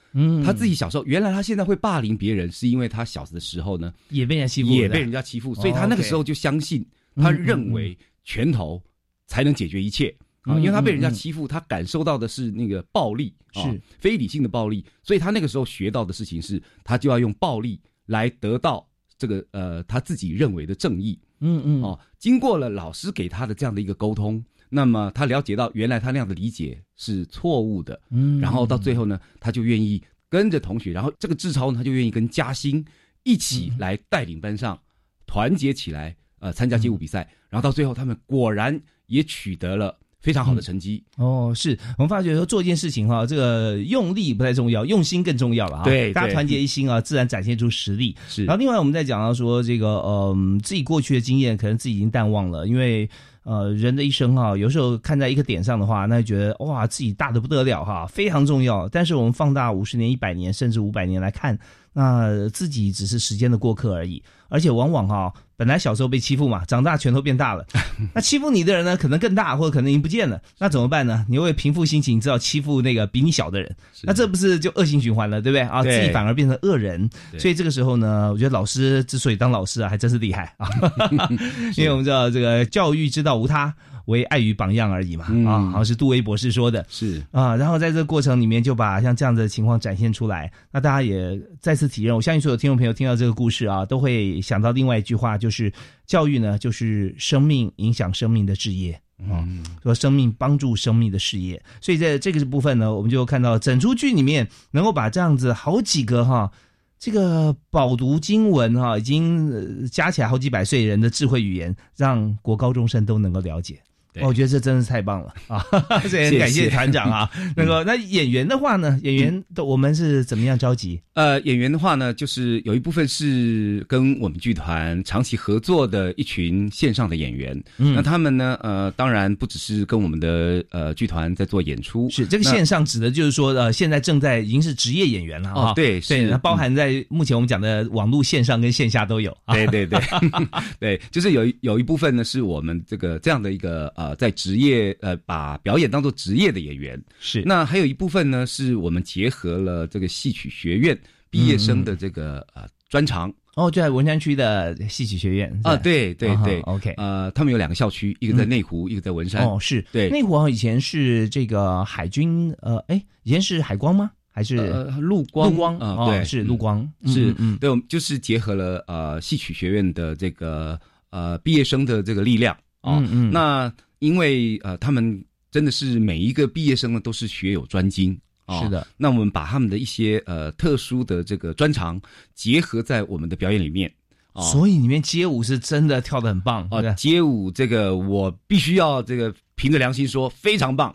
他自己小时候，原来他现在会霸凌别人，是因为他小的时候呢也被人家欺负， 所以他那个时候就相信，他认为拳头才能解决一切啊，因为他被人家欺负，他感受到的是那个暴力，是非理性的暴力，所以他那个时候学到的事情是，他就要用暴力来得到这个他自己认为的正义。经过了老师给他的这样的一个沟通，那么他了解到原来他那样的理解是错误的，然后到最后呢，他就愿意跟着同学，然后这个志超呢，他就愿意跟嘉兴一起来带领班上团结起来，参加街舞比赛，然后到最后他们果然也取得了非常好的成绩。 是我们发觉说做一件事情这个用力不太重要，用心更重要了对， 大家团结一心自然展现出实力。 是。 然后另外我们在讲到说这个自己过去的经验可能自己已经淡忘了，因为人的一生有时候看在一个点上的话，那就觉得哇自己大得不得了非常重要。但是我们放大50年、100年甚至500年来看，那自己只是时间的过客而已。而且往往本来小时候被欺负嘛，长大拳头变大了，那欺负你的人呢可能更大，或者可能已经不见了，那怎么办呢？你会平复心情，知道欺负那个比你小的人，那这不是就恶性循环了，对不对自己反而变成恶人。所以这个时候呢，我觉得老师之所以当老师还真是厉害因为我们知道这个教育之道无他，为爱与榜样而已嘛好像是杜威博士说的， 是然后在这个过程里面就把像这样的情况展现出来，那大家也再次体认，我相信所有听众朋友听到这个故事都会想到另外一句话，就是教育呢就是生命影响生命的事业说生命帮助生命的事业。所以在这个部分呢，我们就看到整出剧里面能够把这样子好几个这个饱读经文已经加起来好几百岁人的智慧语言，让国高中生都能够了解。我觉得这真的是太棒了所以很感谢团长那演员的话呢，演员我们是怎么样召集？ 演员的话呢，就是有一部分是跟我们剧团长期合作的一群线上的演员，那他们呢当然不只是跟我们的剧团在做演出， 是这个线上指的就是说现在已经是职业演员了对， 那包含在目前我们讲的网络线上跟线下都有对对，就是有一部分呢是我们这样的一个在职业把表演当作职业的演员，是。那还有一部分呢是我们结合了这个戏曲学院毕业生的这个专长就在文山区的戏曲学院对 OK 他们有2个校区，一个在内湖，一个在文山是对。 内湖以前是这个海军以前是海光吗？还是陆光对，是陆光是对，我们就是结合了戏曲学院的这个毕业生的这个力量那因为他们真的是每一个毕业生呢都是学有专精是的， 那我们把他们的一些特殊的这个专长结合在我们的表演里面所以里面街舞是真的跳得很棒街舞这个我必须要这个凭着良心说非常棒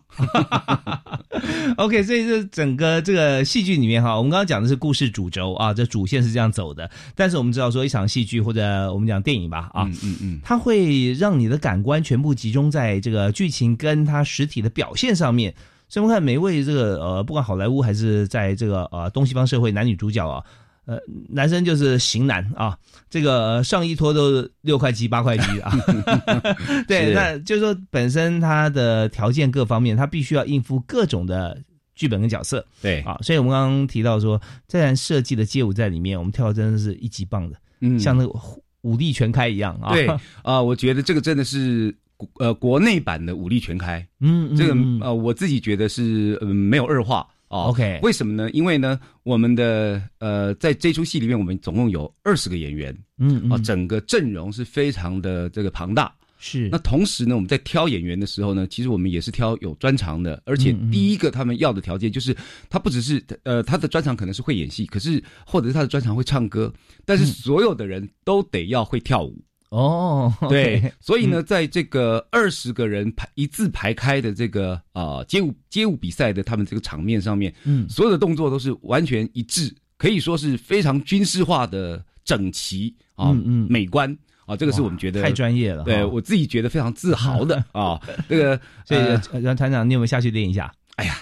OK， 所以这整个这个戏剧里面我们刚刚讲的是故事主轴这主线是这样走的，但是我们知道说一场戏剧或者我们讲电影吧它会让你的感官全部集中在这个剧情跟它实体的表现上面。所以我们看每一位这个不管好莱坞还是在这个东西方社会男女主角男生就是型男这个上衣脱都6块肌8块肌对，那就是说本身他的条件各方面他必须要应付各种的剧本跟角色对所以我们刚刚提到说自然设计的街舞在里面我们跳的真的是一级棒的像那个武力全开一样对我觉得这个真的是国内版的武力全开这个我自己觉得是没有二话 OK， 为什么呢？因为呢，我们的在这出戏里面，我们总共有20个演员，整个阵容是非常的这个庞大。 是。 那同时呢，我们在挑演员的时候呢，其实我们也是挑有专长的，而且第一个他们要的条件就是他不只是他的专长可能是会演戏，可是或者是他的专长会唱歌，但是所有的人都得要会跳舞。对，所以呢，在这个20个人一字排开的这个街舞比赛的他们这个场面上面，所有的动作都是完全一致，可以说是非常军事化的整齐美观这个是我们觉得太专业了， 对我自己觉得非常自豪的这个所以团长，你有没有下去练一下？ 哎呀。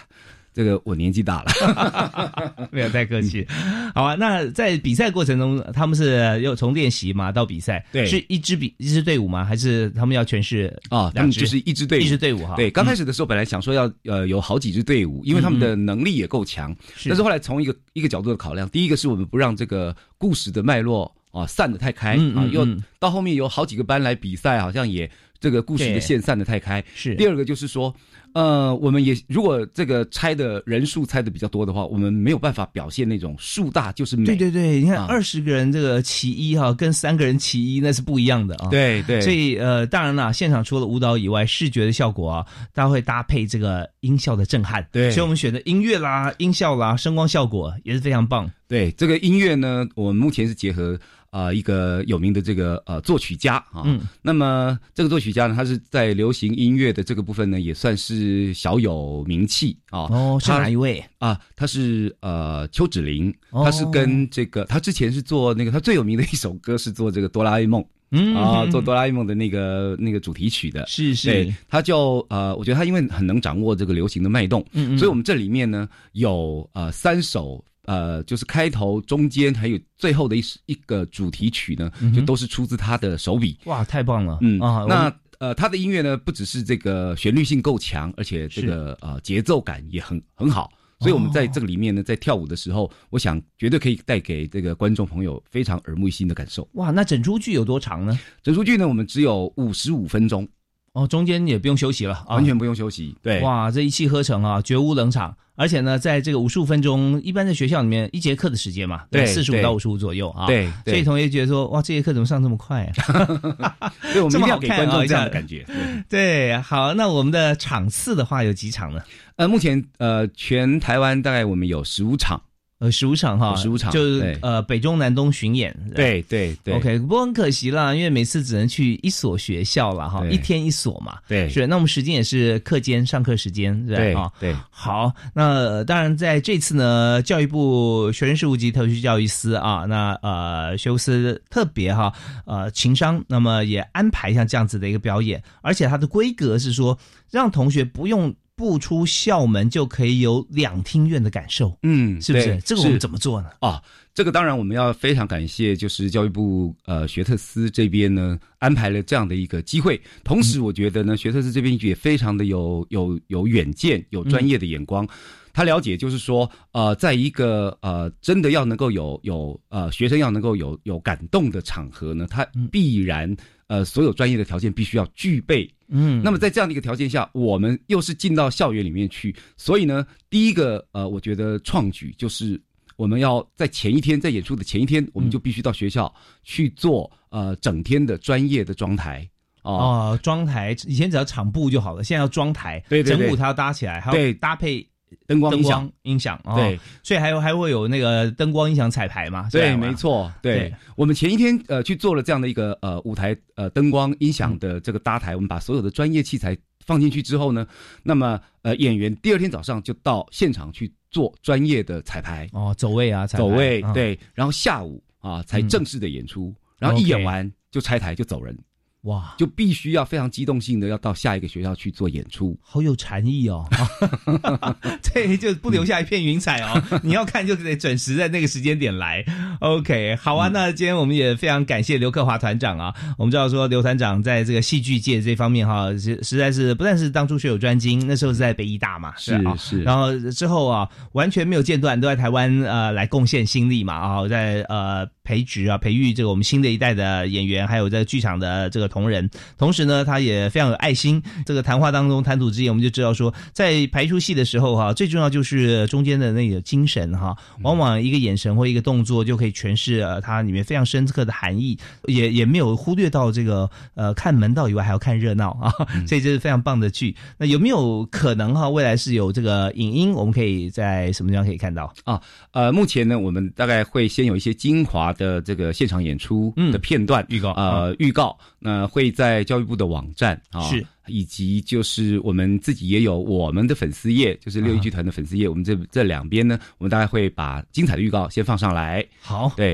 这个我年纪大了， 没有太客气。好啊，那在比赛过程中，他们是又从练习嘛到比赛， 对， 是一支队伍吗？还是他们要全是他们就是一支队伍哈。 对，刚开始的时候本来想说要有好几支队伍，因为他们的能力也够强，但是后来从一个角度的考量，第一个是我们不让这个故事的脉络散得太开又到后面有好几个班来比赛，好像也这个故事的线散得太开。 是第二个就是说。我们也如果这个拆的人数拆的比较多的话，我们没有办法表现那种数大就是美。 对，你看20个人这个其一哈，跟3个人其一那是不一样的啊。 对， 所以当然啦，现场除了舞蹈以外，视觉的效果啊，大家会搭配这个音效的震撼。 对， 所以我们选的音乐啦、音效啦、声光效果也是非常棒。 对，这个音乐呢，我们目前是结合一个有名的这个作曲家啊，那么这个作曲家呢，他是在流行音乐的这个部分呢，也算是小有名气啊。 是哪一位啊？他是邱芷玲，他是跟这个他之前是做那个他最有名的一首歌是做这个哆啦 A 梦。做哆啦 A 梦的那个主题曲的， 是， 对，他就我觉得他因为很能掌握这个流行的脉动，所以我们这里面呢有3首。就是开头、中间还有最后的一个主题曲呢，就都是出自他的手笔。 哇，太棒了！ 那他的音乐呢，不只是这个旋律性够强，而且这个节奏感也很好。所以我们在这个里面呢，在跳舞的时候，我想绝对可以带给这个观众朋友非常耳目一新的感受。 哇，那整出剧有多长呢？ 整出剧呢，我们只有55分钟。 中间也不用休息了， 完全不用休息。对， 哇，这一气呵成啊，绝无冷场。而且呢，在这个55分钟，一般在学校里面1节课的时间嘛，对，45到55左右啊。 对， 所以同学觉得说，哇，这节课怎么上这么快啊？ 对，我们一定要给观众这样的感觉。 对，好，那我们的场次的话有几场呢？ 目前全台湾大概我们有15场。 15场哈 ，15场， 就是北中南东巡演。 对 ，OK， 不过很可惜啦，因为每次只能去一所学校啦哈，一天一所嘛。 对， 是。那我们时间也是课间上课时间， 对啊。 对， 好，那当然在这次呢，教育部学生事务及特殊教育司啊，那学务司特别哈情商，那么也安排像这样子的一个表演，而且它的规格是说让同学不用步出校门就可以有2厅院的感受，是不是？这个我们怎么做呢？ 这个当然我们要非常感谢，就是教育部学特司这边呢安排了这样的一个机会。同时，我觉得呢，学特司这边也非常的有远见，有专业的眼光。他了解，就是说，在一个真的要能够有学生要能够有感动的场合呢，他必然所有专业的条件必须要具备。那么在这样的一个条件下，我们又是进到校园里面去，所以呢，第一个我觉得创举就是我们要在前一天，在演出的前一天，我们就必须到学校去做整天的专业的装台。 装台以前只要场布就好了，现在要装台， 对， 整舞台要搭起来，还要搭配灯光音响， 对， 所以还会有那个灯光音响彩排嘛？ 对，没错，对。我们前一天去做了这样的一个舞台灯光音响的这个搭台，我们把所有的专业器材放进去之后呢，那么演员第2天早上就到现场去做专业的彩排， 走位啊， 走位，对，然后下午才正式的演出，然后一演完就拆台就走人。 哇， 就必须要非常机动性的要到下一个学校去做演出， 好有禅意哦！对，就不留下一片云彩哦。你要看就得准时在那个时间点来。OK， 好啊，那今天我们也非常感谢刘克华团长啊。我们知道说刘团长在这个戏剧界这方面哈，实在是不但是当初学有专精，那时候是在北艺大嘛， 是， 然后之后啊完全没有间断，都在台湾来贡献心力嘛在培育这个我们新的一代的演员，还有在剧场的这个同仁。同时呢，他也非常有爱心。这个谈话当中谈吐之言，我们就知道说，在排出戏的时候最重要就是中间的那个精神往往一个眼神或一个动作就可以诠释它里面非常深刻的含义，也没有忽略到这个看门道以外还要看热闹所以这是非常棒的剧。那有没有可能未来是有这个影音，我们可以在什么地方可以看到目前呢，我们大概会先有一些精华的这个现场演出的片段预告，那会在教育部的网站是， 以及就是我们自己也有我们的粉丝页，就是六艺剧团的粉丝页，我们这2边呢，我们大概会把精彩的预告先放上来。 好， 对。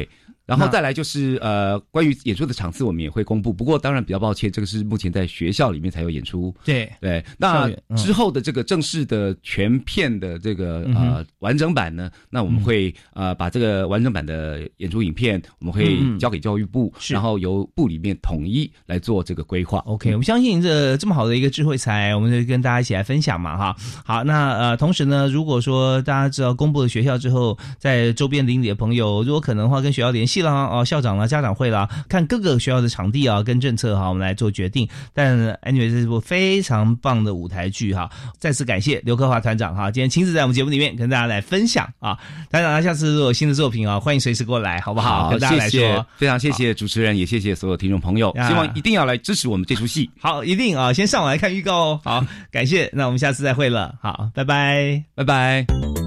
然后再来就是关于演出的场次我们也会公布，不过当然比较抱歉，这个是目前在学校里面才有演出。 对， 那之后的这个正式的全片的这个完整版呢，那我们会把这个完整版的演出影片我们会交给教育部，然后由部里面统一来做这个规划。 OK， 我们相信这么好的一个智慧财，我们就跟大家一起来分享嘛哈。好，那同时呢，如果说大家知道公布了学校之后，在周边邻里的朋友，如果可能的话，跟学校联系啦，校长啦、家长会啦，看各个学校的场地啊跟政策哈，我们来做决定。但 anyway 这是部非常棒的舞台剧哈，再次感谢刘克华团长哈，今天亲自在我们节目里面跟大家来分享啊。团长，下次如果有新的作品啊，欢迎随时过来，好不好？跟大家来说， 谢谢，非常谢谢主持人，也谢谢所有听众朋友，希望一定要来支持我们这出戏。 好，一定啊，先上网来看预告哦。好，感谢，那我们下次再会了。好，拜拜， 拜拜。